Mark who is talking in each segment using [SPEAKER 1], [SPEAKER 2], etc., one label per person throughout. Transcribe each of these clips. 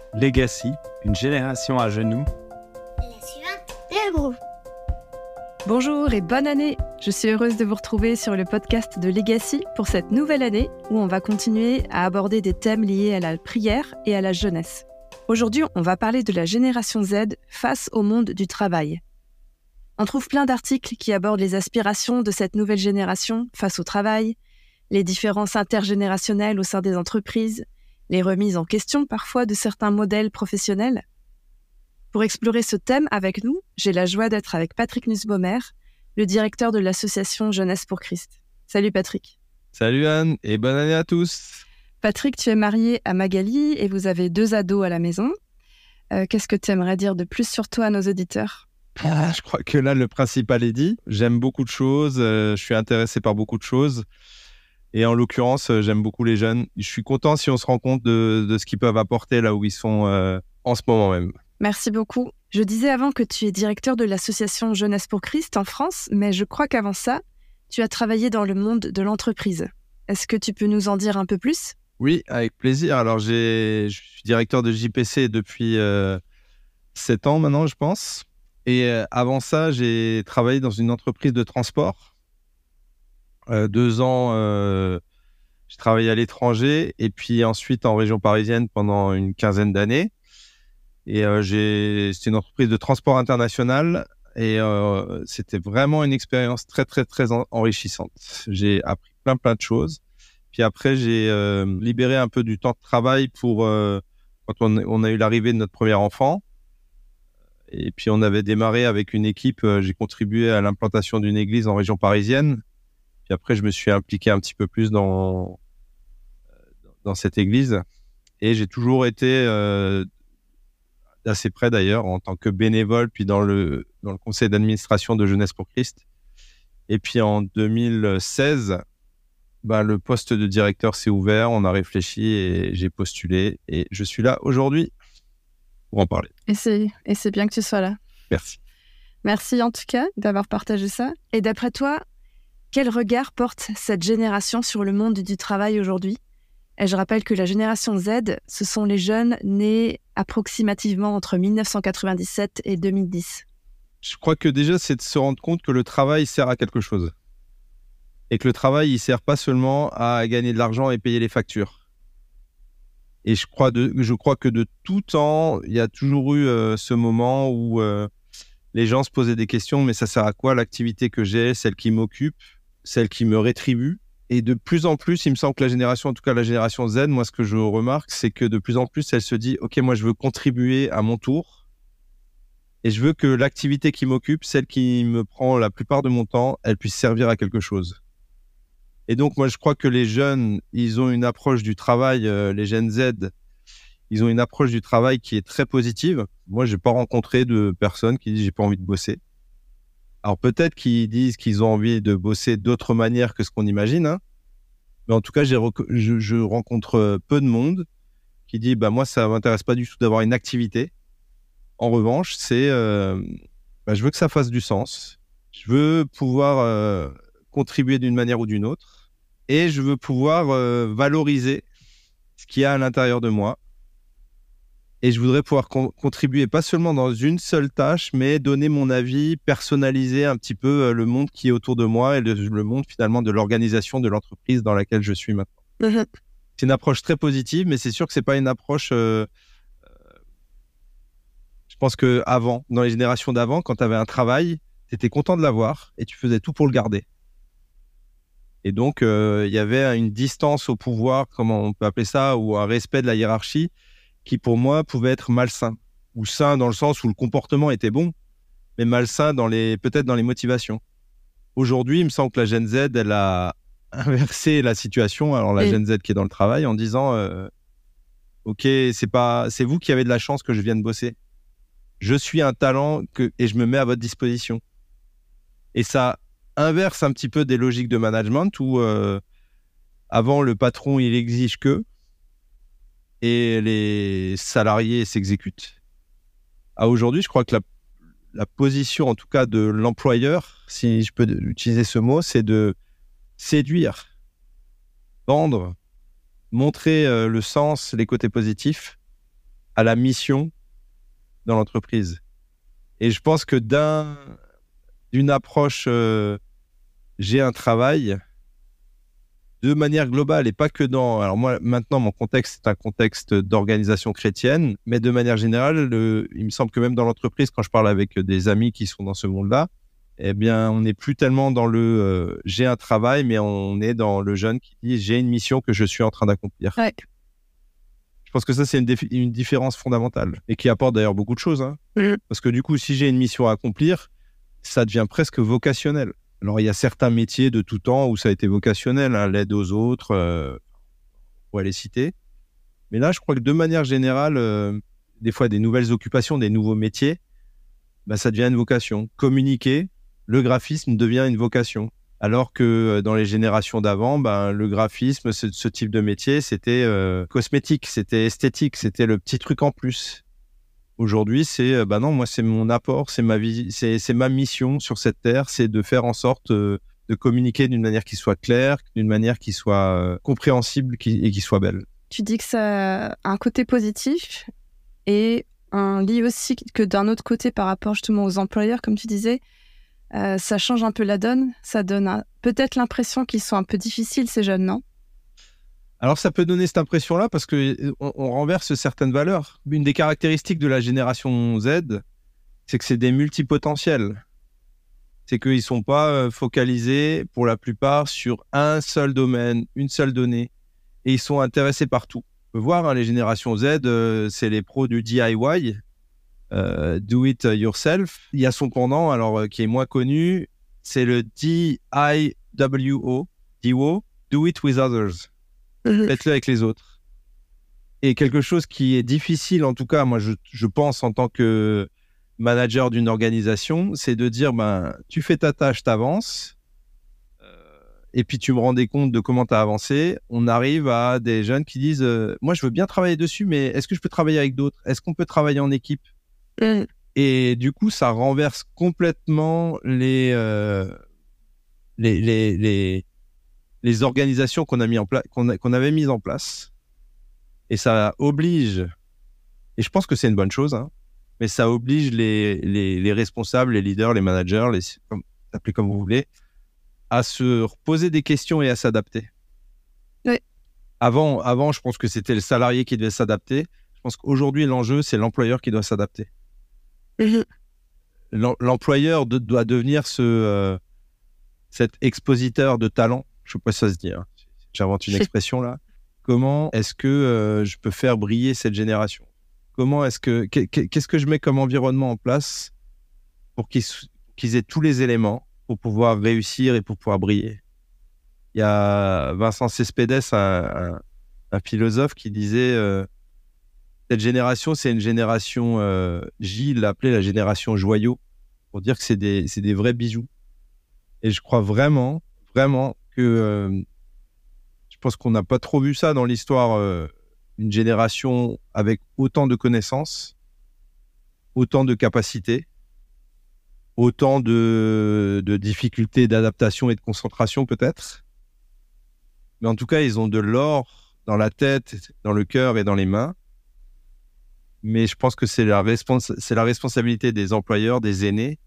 [SPEAKER 1] Legacy, une génération à genoux.
[SPEAKER 2] La suivante, Delbrou.
[SPEAKER 3] Bonjour et bonne année! Je suis heureuse de vous retrouver sur le podcast de Legacy pour cette nouvelle année où on va continuer à aborder des thèmes liés à la prière et à la jeunesse. Aujourd'hui, on va parler de la génération Z face au monde du travail. On trouve plein d'articles qui abordent les aspirations de cette nouvelle génération face au travail, les différences intergénérationnelles au sein des entreprises, les remises en question parfois de certains modèles professionnels. Pour explorer ce thème avec nous, j'ai la joie d'être avec Patrick Nussbaumer, le directeur de l'association Jeunesse pour Christ. Salut Patrick.
[SPEAKER 1] Salut Anne et bonne année à tous.
[SPEAKER 3] Patrick, tu es marié à Magali et vous avez 2 ados à la maison. Qu'est-ce que tu aimerais dire de plus sur toi à nos auditeurs ?
[SPEAKER 1] Je crois que là, le principal est dit. J'aime beaucoup de choses, je suis intéressé par beaucoup de choses. Et en l'occurrence, j'aime beaucoup les jeunes. Je suis content si on se rend compte de ce qu'ils peuvent apporter là où ils sont en ce moment même.
[SPEAKER 3] Merci beaucoup. Je disais avant que tu es directeur de l'association Jeunesse pour Christ en France, mais je crois qu'avant ça, tu as travaillé dans le monde de l'entreprise. Est-ce que tu peux nous en dire un peu plus ?
[SPEAKER 1] Oui, avec plaisir. Alors, je suis directeur de JPC depuis 7 ans maintenant, je pense. Et avant ça, j'ai travaillé dans une entreprise de transport. 2 ans, j'ai travaillé à l'étranger et puis ensuite en région parisienne pendant une quinzaine d'années. Et c'était une entreprise de transport international et c'était vraiment une expérience très, très, très enrichissante. J'ai appris plein de choses. Puis après, j'ai libéré un peu du temps de travail pour quand on a eu l'arrivée de notre premier enfant. Et puis, on avait démarré avec une équipe. J'ai contribué à l'implantation d'une église en région parisienne. Puis après, je me suis impliqué un petit peu plus dans cette église. Et j'ai toujours été d'assez près d'ailleurs, en tant que bénévole, puis dans le conseil d'administration de Jeunesse pour Christ. Et puis en 2016, le poste de directeur s'est ouvert, on a réfléchi et j'ai postulé. Et je suis là aujourd'hui pour en parler.
[SPEAKER 3] Et c'est bien que tu sois là.
[SPEAKER 1] Merci.
[SPEAKER 3] Merci en tout cas d'avoir partagé ça. Et d'après toi, quel regard porte cette génération sur le monde du travail aujourd'hui ? Et je rappelle que la génération Z, ce sont les jeunes nés approximativement entre 1997 et 2010.
[SPEAKER 1] Je crois que déjà, c'est de se rendre compte que le travail sert à quelque chose. Et que le travail, il sert pas seulement à gagner de l'argent et payer les factures. Et je crois que de tout temps, il y a toujours eu ce moment où les gens se posaient des questions, mais ça sert à quoi l'activité que j'ai, celle qui m'occupe, celle qui me rétribue ? Et de plus en plus, il me semble que la génération Z, moi, ce que je remarque, c'est que de plus en plus, elle se dit « Ok, moi, je veux contribuer à mon tour et je veux que l'activité qui m'occupe, celle qui me prend la plupart de mon temps, elle puisse servir à quelque chose. » Et donc, moi, je crois que les jeunes, ils ont une approche du travail, les Gen Z, ils ont une approche du travail qui est très positive. Moi, je n'ai pas rencontré de personnes qui disent « J'ai pas envie de bosser ». Alors peut-être qu'ils disent qu'ils ont envie de bosser d'autres manières que ce qu'on imagine, hein. Mais en tout cas, je rencontre peu de monde qui dit moi ça m'intéresse pas du tout d'avoir une activité. En revanche, c'est je veux que ça fasse du sens. Je veux pouvoir contribuer d'une manière ou d'une autre, et je veux pouvoir valoriser ce qu'il y a à l'intérieur de moi. Et je voudrais pouvoir contribuer pas seulement dans une seule tâche, mais donner mon avis, personnaliser un petit peu le monde qui est autour de moi et le monde finalement de l'organisation de l'entreprise dans laquelle je suis maintenant.
[SPEAKER 3] Mmh.
[SPEAKER 1] C'est une approche très positive, mais c'est sûr que c'est pas une approche... je pense qu'avant, dans les générations d'avant, quand tu avais un travail, tu étais content de l'avoir et tu faisais tout pour le garder. Et donc, il y avait une distance au pouvoir, comment on peut appeler ça, ou un respect de la hiérarchie, qui pour moi pouvait être malsain, ou sain dans le sens où le comportement était bon, mais malsain peut-être dans les motivations. Aujourd'hui, il me semble que la Gen Z, elle a inversé la situation, alors la Gen Z qui est dans le travail, en disant ok, c'est vous qui avez de la chance que je vienne bosser. Je suis un talent et je me mets à votre disposition. Et ça inverse un petit peu des logiques de management où avant, le patron, il exige que, et les salariés s'exécutent. À aujourd'hui, je crois que la position, en tout cas de l'employeur, si je peux utiliser ce mot, c'est de séduire, vendre, montrer le sens, les côtés positifs, à la mission dans l'entreprise. Et je pense que d'une approche j'ai un travail de manière globale et pas que dans... Alors moi, maintenant, mon contexte, c'est un contexte d'organisation chrétienne, mais de manière générale, il me semble que même dans l'entreprise, quand je parle avec des amis qui sont dans ce monde-là, eh bien, on n'est plus tellement dans le j'ai un travail, mais on est dans le jeune qui dit j'ai une mission que je suis en train d'accomplir.
[SPEAKER 3] Ouais.
[SPEAKER 1] Je pense que ça, c'est une différence fondamentale et qui apporte d'ailleurs beaucoup de choses. Hein. Parce que du coup, si j'ai une mission à accomplir, ça devient presque vocationnel. Alors, il y a certains métiers de tout temps où ça a été vocationnel, hein, l'aide aux autres, on va les citer. Mais là, je crois que de manière générale, des fois, des nouvelles occupations, des nouveaux métiers, bah, ça devient une vocation. Communiquer, le graphisme devient une vocation. Alors que dans les générations d'avant, ben, le graphisme, ce type de métier, c'était cosmétique, c'était esthétique, c'était le petit truc en plus. Aujourd'hui, c'est non, moi, c'est mon apport, c'est ma vie, c'est ma mission sur cette terre, c'est de faire en sorte de communiquer d'une manière qui soit claire, d'une manière qui soit compréhensible et qui soit belle.
[SPEAKER 3] Tu dis que ça a un côté positif et on lit aussi que d'un autre côté, par rapport justement aux employeurs, comme tu disais, ça change un peu la donne. Ça donne peut-être l'impression qu'ils sont un peu difficiles, ces jeunes, non?
[SPEAKER 1] Alors, ça peut donner cette impression-là parce qu'on renverse certaines valeurs. Une des caractéristiques de la génération Z, c'est que c'est des multipotentiels. C'est qu'ils ne sont pas focalisés, pour la plupart, sur un seul domaine, une seule donnée. Et ils sont intéressés par tout. On peut voir, hein, les générations Z, c'est les pros du DIY, do it yourself. Il y a son pendant, alors qui est moins connu, c'est le DIWO, do it with others. Faites-le avec les autres. Et quelque chose qui est difficile, en tout cas, moi je pense en tant que manager d'une organisation, c'est de dire, tu fais ta tâche, t'avances, et puis tu me rends compte de comment tu as avancé. On arrive à des jeunes qui disent, moi je veux bien travailler dessus, mais est-ce que je peux travailler avec d'autres? Est-ce qu'on peut travailler en équipe? Et du coup, ça renverse complètement les organisations qu'on avait mises en place. Et ça oblige, et je pense que c'est une bonne chose, hein, mais ça oblige les responsables, les leaders, les managers, appelez comme vous voulez, à se reposer des questions et à s'adapter.
[SPEAKER 3] Oui.
[SPEAKER 1] Avant, je pense que c'était le salarié qui devait s'adapter. Je pense qu'aujourd'hui, l'enjeu, c'est l'employeur qui doit s'adapter. L'employeur doit devenir cet expositeur de talent. Je ne sais pas si ça se dit. Hein. J'invente une expression là. Comment est-ce que je peux faire briller cette génération? Qu'est-ce que je mets comme environnement en place pour qu'ils aient tous les éléments pour pouvoir réussir et pour pouvoir briller? Il y a Vincent Cespedes, un philosophe, qui disait cette génération, c'est une génération, Gilles l'appelait la génération joyau, pour dire que c'est des vrais bijoux. Et je crois vraiment que je pense qu'on n'a pas trop vu ça dans l'histoire, une génération avec autant de connaissances, autant de capacités, autant de difficultés d'adaptation et de concentration peut-être. Mais en tout cas, ils ont de l'or dans la tête, dans le cœur et dans les mains. Mais je pense que c'est la responsabilité des employeurs, des aînés,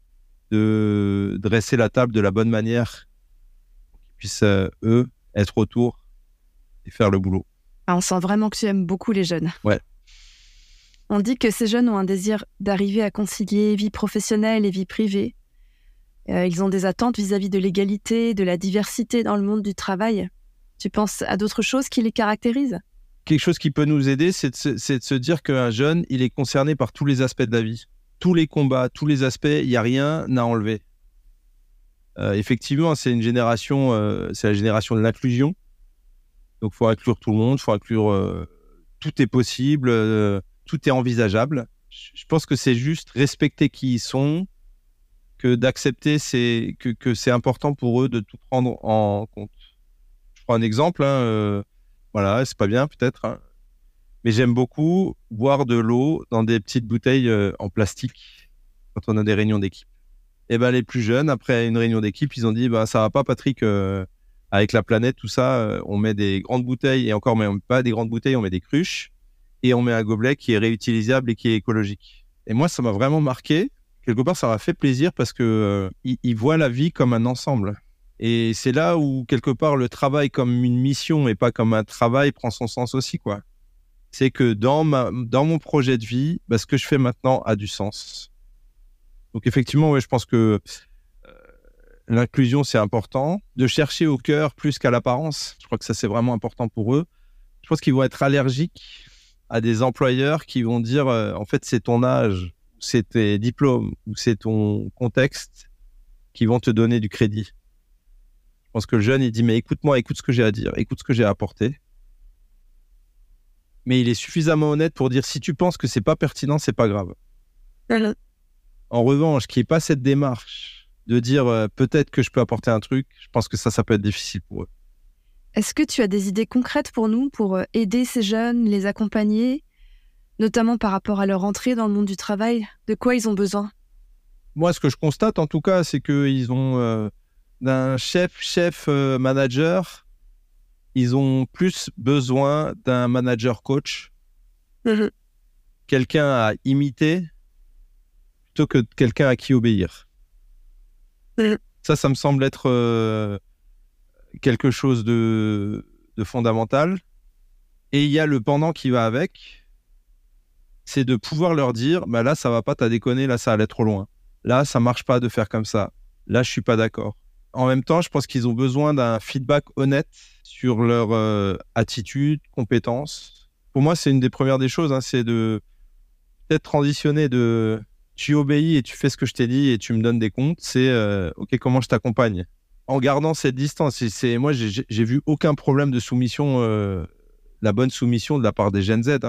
[SPEAKER 1] de dresser la table de la bonne manière pour qu'ils puissent, eux, être autour et faire le boulot.
[SPEAKER 3] Ah, on sent vraiment que tu aimes beaucoup les jeunes.
[SPEAKER 1] Ouais.
[SPEAKER 3] On dit que ces jeunes ont un désir d'arriver à concilier vie professionnelle et vie privée. Ils ont des attentes vis-à-vis de l'égalité, de la diversité dans le monde du travail. Tu penses à d'autres choses qui les caractérisent?
[SPEAKER 1] Quelque chose qui peut nous aider, c'est de se dire qu'un jeune, il est concerné par tous les aspects de la vie. Tous les combats, tous les aspects, il n'y a rien à enlever. Effectivement, c'est la génération de l'inclusion. Donc, il faut inclure tout le monde, il faut inclure tout est possible, tout est envisageable. Je pense que c'est juste respecter qui ils sont, que d'accepter que c'est important pour eux de tout prendre en compte. Je prends un exemple, voilà, c'est pas bien peut-être, hein, mais j'aime beaucoup boire de l'eau dans des petites bouteilles en plastique quand on a des réunions d'équipe. Et les plus jeunes, après une réunion d'équipe, ils ont dit ça va pas, Patrick, avec la planète, tout ça, on met des grandes bouteilles, et encore même pas des grandes bouteilles, on met des cruches. et on met un gobelet qui est réutilisable et qui est écologique. Et moi, ça m'a vraiment marqué. Quelque part, ça m'a fait plaisir parce que ils voient la vie comme un ensemble. Et c'est là où, quelque part, le travail comme une mission et pas comme un travail prend son sens aussi, quoi. C'est que dans mon projet de vie, ce que je fais maintenant a du sens. Donc effectivement, ouais, je pense que l'inclusion, c'est important. De chercher au cœur plus qu'à l'apparence. Je crois que ça, c'est vraiment important pour eux. Je pense qu'ils vont être allergiques à des employeurs qui vont dire en fait, c'est ton âge, c'est tes diplômes ou c'est ton contexte qui vont te donner du crédit. Je pense que le jeune, il dit mais écoute-moi, écoute ce que j'ai à dire, écoute ce que j'ai à apporter. Mais il est suffisamment honnête pour dire si tu penses que c'est pas pertinent, c'est pas grave. En revanche, qu'il n'y ait pas cette démarche de dire peut-être que je peux apporter un truc, je pense que ça peut être difficile pour eux.
[SPEAKER 3] Est-ce que tu as des idées concrètes pour nous, pour aider ces jeunes, les accompagner, notamment par rapport à leur entrée dans le monde du travail? De quoi ils ont besoin?
[SPEAKER 1] Moi, ce que je constate en tout cas, c'est qu'ils ont d'un chef manager, ils ont plus besoin d'un manager coach, quelqu'un à imiter plutôt que quelqu'un à qui obéir. Ça me semble être quelque chose de fondamental. Et il y a le pendant qui va avec, c'est de pouvoir leur dire là, ça va pas, t'as déconné, là, ça allait trop loin. Là, ça marche pas de faire comme ça. Là, je suis pas d'accord. En même temps, je pense qu'ils ont besoin d'un feedback honnête sur leur attitude, compétences. Pour moi, c'est une des premières des choses, c'est de peut-être transitionner de tu obéis et tu fais ce que je t'ai dit et tu me donnes des comptes, c'est ok, comment je t'accompagne en gardant cette distance. Moi, j'ai vu aucun problème de soumission, la bonne soumission de la part des Gen Z.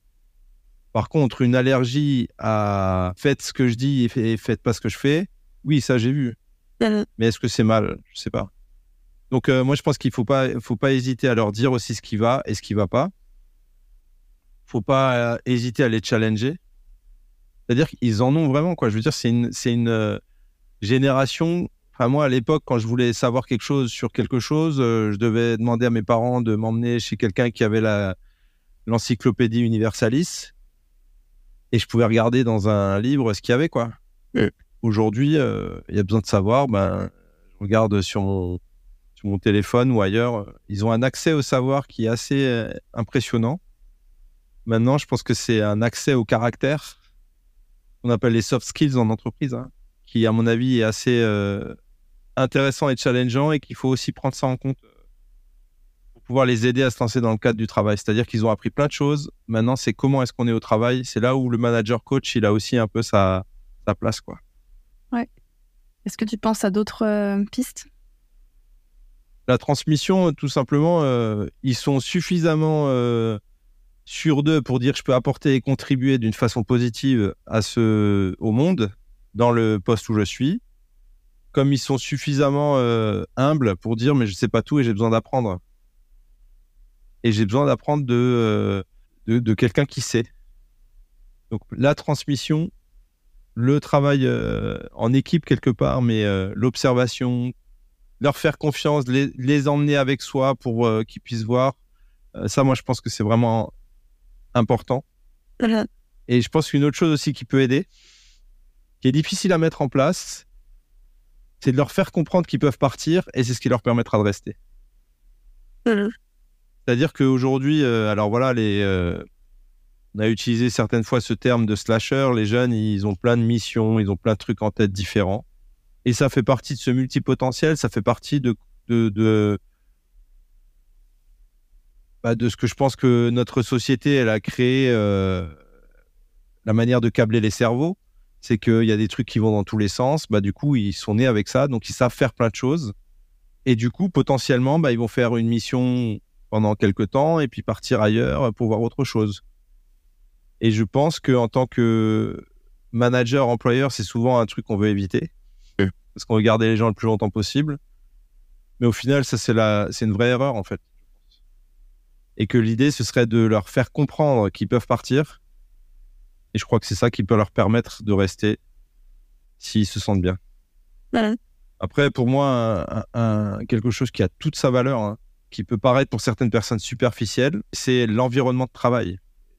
[SPEAKER 1] Par contre, une allergie à faites ce que je dis et faites pas ce que je fais, oui, ça j'ai vu. Mais est-ce que c'est mal? Je sais pas. Donc moi, je pense qu'il faut pas hésiter à leur dire aussi ce qui va et ce qui va pas. Faut pas hésiter à les challenger. C'est-à-dire qu'ils en ont vraiment, quoi. Je veux dire, c'est une génération. Enfin, moi, à l'époque, quand je voulais savoir quelque chose sur quelque chose, je devais demander à mes parents de m'emmener chez quelqu'un qui avait l'encyclopédie Universalis. Et je pouvais regarder dans un livre ce qu'il y avait, quoi. Aujourd'hui, il y a besoin de savoir, je regarde sur mon téléphone ou ailleurs. Ils ont un accès au savoir qui est assez impressionnant. Maintenant, je pense que c'est un accès au caractère, qu'on appelle les soft skills en entreprise, qui, à mon avis, est assez intéressant et challengeant et qu'il faut aussi prendre ça en compte pour pouvoir les aider à se lancer dans le cadre du travail. C'est-à-dire qu'ils ont appris plein de choses. Maintenant, c'est comment est-ce qu'on est au travail. C'est là où le manager coach, il a aussi un peu sa place, quoi.
[SPEAKER 3] Ouais. Est-ce que tu penses à d'autres pistes?
[SPEAKER 1] La transmission, tout simplement, ils sont suffisamment sûrs d'eux pour dire je peux apporter et contribuer d'une façon positive au monde dans le poste où je suis, comme ils sont suffisamment humbles pour dire mais je sais pas tout et j'ai besoin d'apprendre. Et j'ai besoin d'apprendre de quelqu'un qui sait. Donc la transmission, le travail en équipe quelque part, mais l'observation, leur faire confiance, les emmener avec soi pour qu'ils puissent voir. Ça, moi, je pense que c'est vraiment important. Et je pense qu'une autre chose aussi qui peut aider, qui est difficile à mettre en place, c'est de leur faire comprendre qu'ils peuvent partir et c'est ce qui leur permettra de rester. C'est-à-dire qu'aujourd'hui, alors voilà, on a utilisé certaines fois ce terme de slasher. Les jeunes, ils ont plein de missions, ils ont plein de trucs en tête différents. Et ça fait partie de ce multipotentiel, ça fait partie de ce que je pense que notre société, elle a créé la manière de câbler les cerveaux. C'est qu'il y a des trucs qui vont dans tous les sens. Du coup, ils sont nés avec ça, donc ils savent faire plein de choses. Et du coup, potentiellement, ils vont faire une mission pendant quelques temps et puis partir ailleurs pour voir autre chose. Et je pense qu'en tant que manager, employeur, c'est souvent un truc qu'on veut éviter. Parce qu'on veut garder les gens le plus longtemps possible. Mais au final, ça, c'est une vraie erreur, en fait. Et que l'idée, ce serait de leur faire comprendre qu'ils peuvent partir. Et je crois que c'est ça qui peut leur permettre de rester s'ils se sentent bien. Après, pour moi, quelque chose qui a toute sa valeur, qui peut paraître pour certaines personnes superficielle, c'est l'environnement de travail.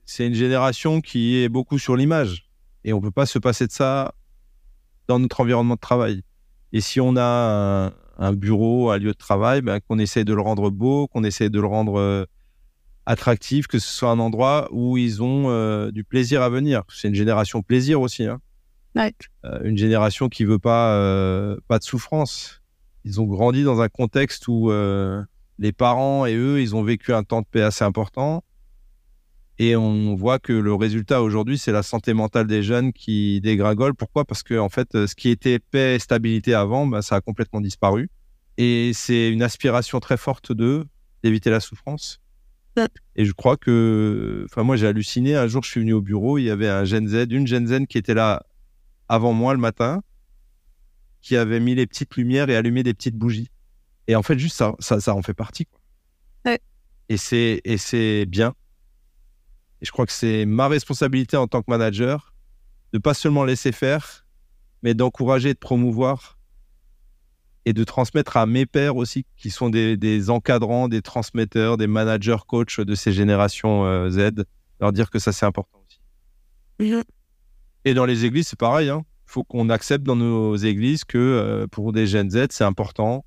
[SPEAKER 1] c'est une génération qui est beaucoup sur l'image. Et on ne peut pas se passer de ça dans notre environnement de travail. Et si on a un bureau, un lieu de travail, qu'on essaie de le rendre beau, qu'on essaie de le rendre attractif, que ce soit un endroit où ils ont du plaisir à venir. C'est une génération plaisir aussi. Hein.
[SPEAKER 3] Ouais.
[SPEAKER 1] Une génération qui ne veut pas de souffrance. Ils ont grandi dans un contexte où les parents et eux, ils ont vécu un temps de paix assez important. Et on voit que le résultat aujourd'hui, c'est la santé mentale des jeunes qui dégringole. Pourquoi ? Parce que en fait, ce qui était paix et stabilité avant, ça a complètement disparu. Et c'est une aspiration très forte d'eux d'éviter la souffrance. Et je crois que... Enfin, moi, j'ai halluciné. Un jour, je suis venu au bureau, il y avait une Gen Z qui était là avant moi le matin, qui avait mis les petites lumières et allumé des petites bougies. Et en fait, juste ça en fait partie. Quoi.
[SPEAKER 3] Ouais.
[SPEAKER 1] Et c'est bien. Et je crois que c'est ma responsabilité en tant que manager de pas seulement laisser faire, mais d'encourager, de promouvoir et de transmettre à mes pairs aussi, qui sont des encadrants, des transmetteurs, des managers, coachs de ces générations Z, leur dire que ça, c'est important aussi.
[SPEAKER 3] Mmh.
[SPEAKER 1] Et dans les églises, c'est pareil. Il faut qu'on accepte dans nos églises que pour des Gen Z, c'est important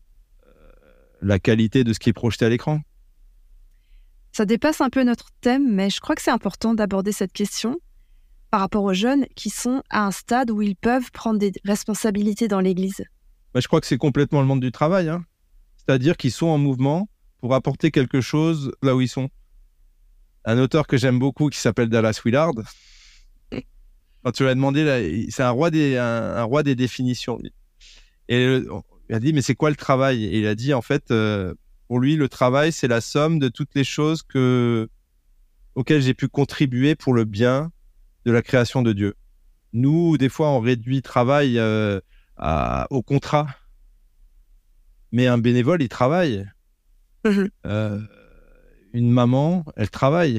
[SPEAKER 1] la qualité de ce qui est projeté à l'écran.
[SPEAKER 3] Ça dépasse un peu notre thème, mais je crois que c'est important d'aborder cette question par rapport aux jeunes qui sont à un stade où ils peuvent prendre des responsabilités dans l'Église.
[SPEAKER 1] Je crois que c'est complètement le monde du travail. C'est-à-dire qu'ils sont en mouvement pour apporter quelque chose là où ils sont. Un auteur que j'aime beaucoup qui s'appelle Dallas Willard, quand tu lui as demandé, là, c'est un roi des définitions. Et il a dit, mais c'est quoi le travail ? Et il a dit, en fait, pour lui, le travail, c'est la somme de toutes les choses auxquelles j'ai pu contribuer pour le bien de la création de Dieu. Nous, des fois, on réduit travail au contrat. Mais un bénévole, il travaille. Une maman, elle travaille.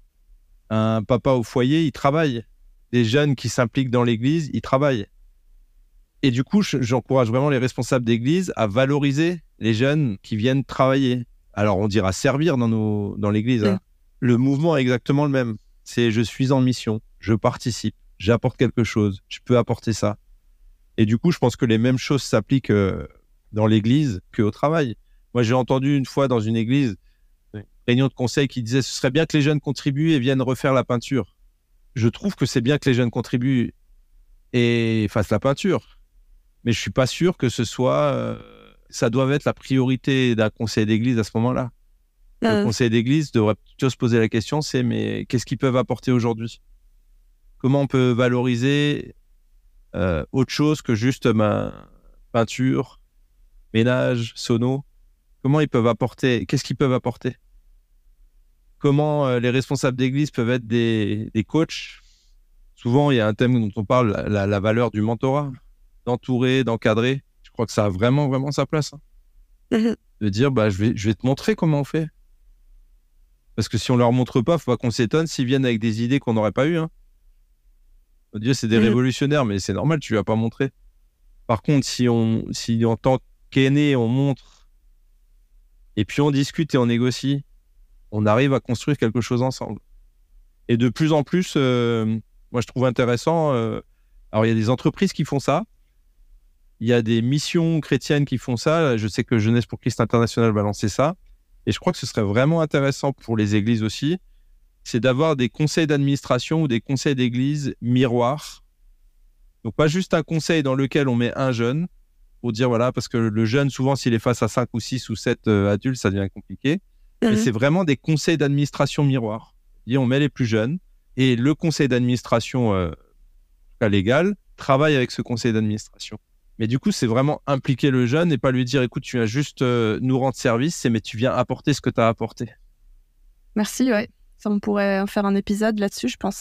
[SPEAKER 1] Un papa au foyer, il travaille. Des jeunes qui s'impliquent dans l'église, ils travaillent. Et du coup, j'encourage vraiment les responsables d'église à valoriser les jeunes qui viennent travailler. Alors, on dira servir dans l'église.
[SPEAKER 3] Ouais.
[SPEAKER 1] Le mouvement est exactement le même. C'est je suis en mission, je participe, j'apporte quelque chose, je peux apporter ça. Et du coup, je pense que les mêmes choses s'appliquent dans l'église qu'au travail. Moi, j'ai entendu une fois dans une église, une réunion de conseil qui disait « Ce serait bien que les jeunes contribuent et viennent refaire la peinture. » Je trouve que c'est bien que les jeunes contribuent et fassent la peinture. Mais je ne suis pas sûr que ça doive être la priorité d'un conseil d'église à ce moment-là. Le conseil d'église devrait plutôt se poser la question, mais qu'est-ce qu'ils peuvent apporter aujourd'hui ? Comment on peut valoriser autre chose que juste ma peinture, ménage, sono ? Comment ils peuvent apporter ? Qu'est-ce qu'ils peuvent apporter ? Comment les responsables d'église peuvent être des coachs ? Souvent, il y a un thème dont on parle, la valeur du mentorat, d'entourer, d'encadrer. Je crois que ça a vraiment, vraiment sa place. De dire, je vais te montrer comment on fait. Parce que si on leur montre pas, faut pas qu'on s'étonne s'ils viennent avec des idées qu'on n'aurait pas eues. On dit, c'est des révolutionnaires, mais c'est normal, tu lui as pas montré. Par contre, si en tant qu'aîné, on montre, et puis on discute et on négocie, on arrive à construire quelque chose ensemble. Et de plus en plus, moi je trouve intéressant, alors il y a des entreprises qui font ça, il y a des missions chrétiennes qui font ça, je sais que Jeunesse pour Christ International va lancer ça, et je crois que ce serait vraiment intéressant pour les églises aussi, c'est d'avoir des conseils d'administration ou des conseils d'église miroirs. Donc pas juste un conseil dans lequel on met un jeune, pour dire voilà, parce que le jeune, souvent s'il est face à 5 ou 6 ou 7 adultes, ça devient compliqué. Mais c'est vraiment des conseils d'administration miroirs. On met les plus jeunes et le conseil d'administration légal travaille avec ce conseil d'administration. Mais du coup, c'est vraiment impliquer le jeune et pas lui dire écoute, tu viens juste nous rendre service, mais tu viens apporter ce que tu as apporté.
[SPEAKER 3] Merci, ouais. Ça, on pourrait faire un épisode là-dessus, je pense.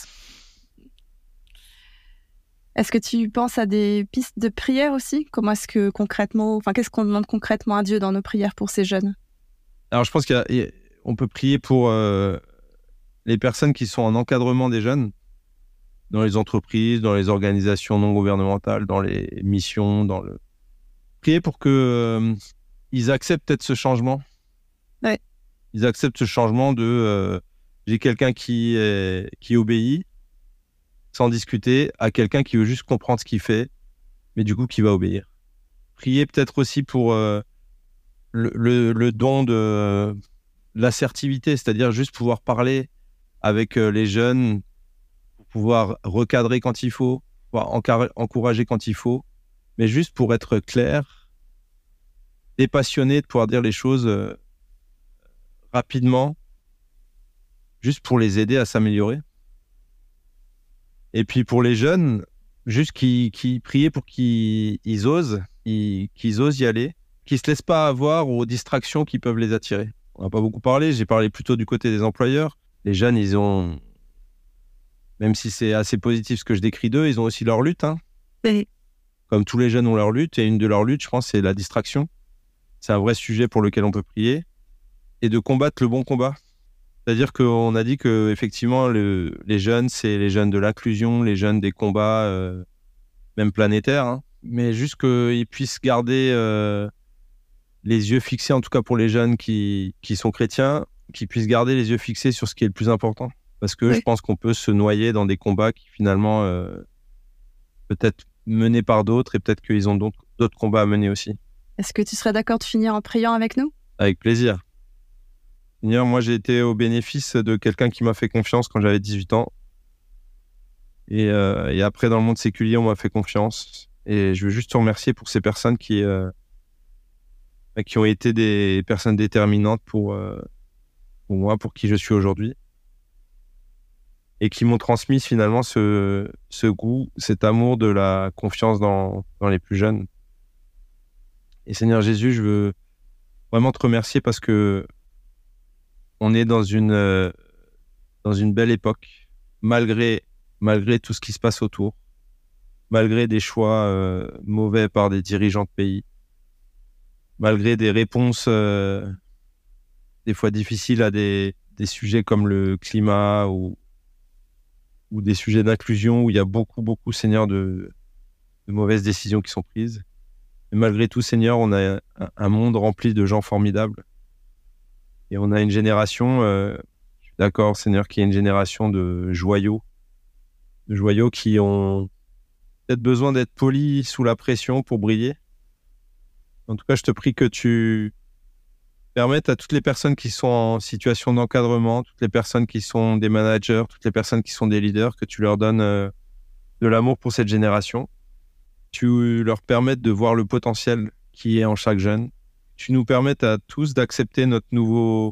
[SPEAKER 3] Est-ce que tu penses à des pistes de prière aussi ? Comment est-ce que concrètement, qu'est-ce qu'on demande concrètement à Dieu dans nos prières pour ces jeunes ?
[SPEAKER 1] Alors, je pense qu'on peut prier pour les personnes qui sont en encadrement des jeunes, dans les entreprises, dans les organisations non gouvernementales, dans les missions, prier pour que ils acceptent peut-être ce changement.
[SPEAKER 3] Ouais.
[SPEAKER 1] Ils acceptent ce changement de J'ai quelqu'un qui obéit sans discuter à quelqu'un qui veut juste comprendre ce qu'il fait, mais du coup qui va obéir. Priez peut-être aussi pour le don de l'assertivité, c'est-à-dire juste pouvoir parler avec les jeunes, pouvoir recadrer quand il faut, pouvoir encourager quand il faut, mais juste pour être clair, dépassionné, de pouvoir dire les choses rapidement, juste pour les aider à s'améliorer. Et puis pour les jeunes, juste qui prier pour qu'ils osent, qu'ils osent y aller, qu'ils ne se laissent pas avoir aux distractions qui peuvent les attirer. On n'a pas beaucoup parlé, j'ai parlé plutôt du côté des employeurs. Les jeunes, ils ont, même si c'est assez positif ce que je décris d'eux, ils ont aussi leur lutte. Hein.
[SPEAKER 3] Oui.
[SPEAKER 1] Comme tous les jeunes ont leur lutte, et une de leurs luttes, je pense, c'est la distraction. C'est un vrai sujet pour lequel on peut prier. Et de combattre le bon combat. C'est-à-dire qu'on a dit que effectivement, les jeunes, c'est les jeunes de l'inclusion, les jeunes des combats, même planétaires. Hein. Mais juste qu'ils puissent garder les yeux fixés, en tout cas pour les jeunes qui sont chrétiens, qu'ils puissent garder les yeux fixés sur ce qui est le plus important. Parce que je pense qu'on peut se noyer dans des combats qui finalement peut-être menés par d'autres, et peut-être qu'ils ont d'autres combats à mener aussi.
[SPEAKER 3] Est-ce que tu serais d'accord de finir en priant avec nous ?
[SPEAKER 1] Avec plaisir. Seigneur, moi j'ai été au bénéfice de quelqu'un qui m'a fait confiance quand j'avais 18 ans. Et après, dans le monde séculier, on m'a fait confiance. Et je veux juste te remercier pour ces personnes qui ont été des personnes déterminantes pour moi, pour qui je suis aujourd'hui. Et qui m'ont transmis finalement ce goût, cet amour de la confiance dans les plus jeunes. Et Seigneur Jésus, je veux vraiment te remercier parce que on est dans une belle époque, malgré tout ce qui se passe autour, malgré des choix mauvais par des dirigeants de pays, malgré des réponses des fois difficiles à des sujets comme le climat ou des sujets d'inclusion où il y a beaucoup, Seigneur, de mauvaises décisions qui sont prises. Et malgré tout, Seigneur, on a un monde rempli de gens formidables. Et on a une génération, je suis d'accord, Seigneur, qu'il y a une génération de joyaux qui ont peut-être besoin d'être polis sous la pression pour briller. En tout cas, je te prie que tu permettes à toutes les personnes qui sont en situation d'encadrement, toutes les personnes qui sont des managers, toutes les personnes qui sont des leaders, que tu leur donnes de l'amour pour cette génération. Tu leur permettes de voir le potentiel qui est en chaque jeune. Tu nous permettes à tous d'accepter notre nouveau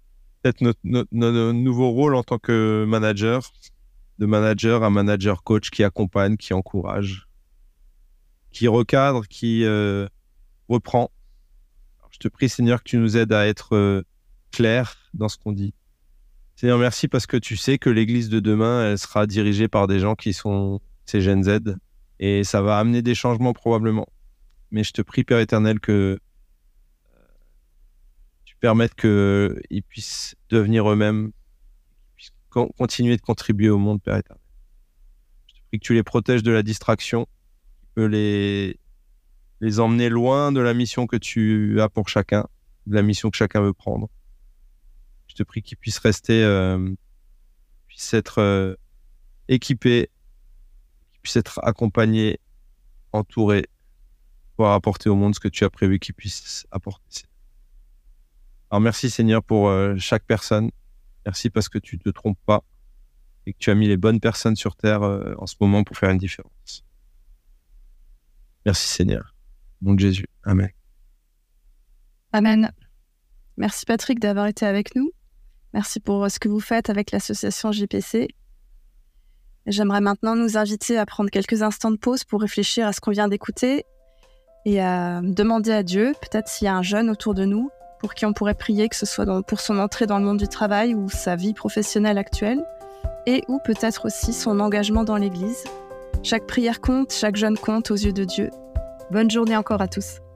[SPEAKER 1] rôle en tant que manager, de manager à manager coach qui accompagne, qui encourage, qui recadre, qui reprend. Alors, je te prie, Seigneur, que tu nous aides à être clairs dans ce qu'on dit. Seigneur, merci parce que tu sais que l'Église de demain, elle sera dirigée par des gens qui sont ces Gen Z et ça va amener des changements probablement. Mais je te prie, Père éternel, que tu permettes qu'ils puissent devenir eux-mêmes, qu'ils puissent continuer de contribuer au monde, Père éternel. Je te prie que tu les protèges de la distraction, qui peut les emmener loin de la mission que tu as pour chacun, de la mission que chacun veut prendre. Je te prie qu'ils puissent rester, puissent être équipés, qu'ils puissent être accompagnés, entourés, pour apporter au monde ce que tu as prévu qu'ils puissent apporter. Alors merci Seigneur pour chaque personne. Merci parce que tu ne te trompes pas et que tu as mis les bonnes personnes sur terre en ce moment pour faire une différence. Merci Seigneur. Au nom de Jésus. Amen.
[SPEAKER 3] Amen. Merci Patrick d'avoir été avec nous. Merci pour ce que vous faites avec l'association JPC. J'aimerais maintenant nous inviter à prendre quelques instants de pause pour réfléchir à ce qu'on vient d'écouter et à demander à Dieu, peut-être s'il y a un jeune autour de nous, pour qui on pourrait prier, que ce soit pour son entrée dans le monde du travail ou sa vie professionnelle actuelle, et ou peut-être aussi son engagement dans l'Église. Chaque prière compte, chaque jeune compte aux yeux de Dieu. Bonne journée encore à tous.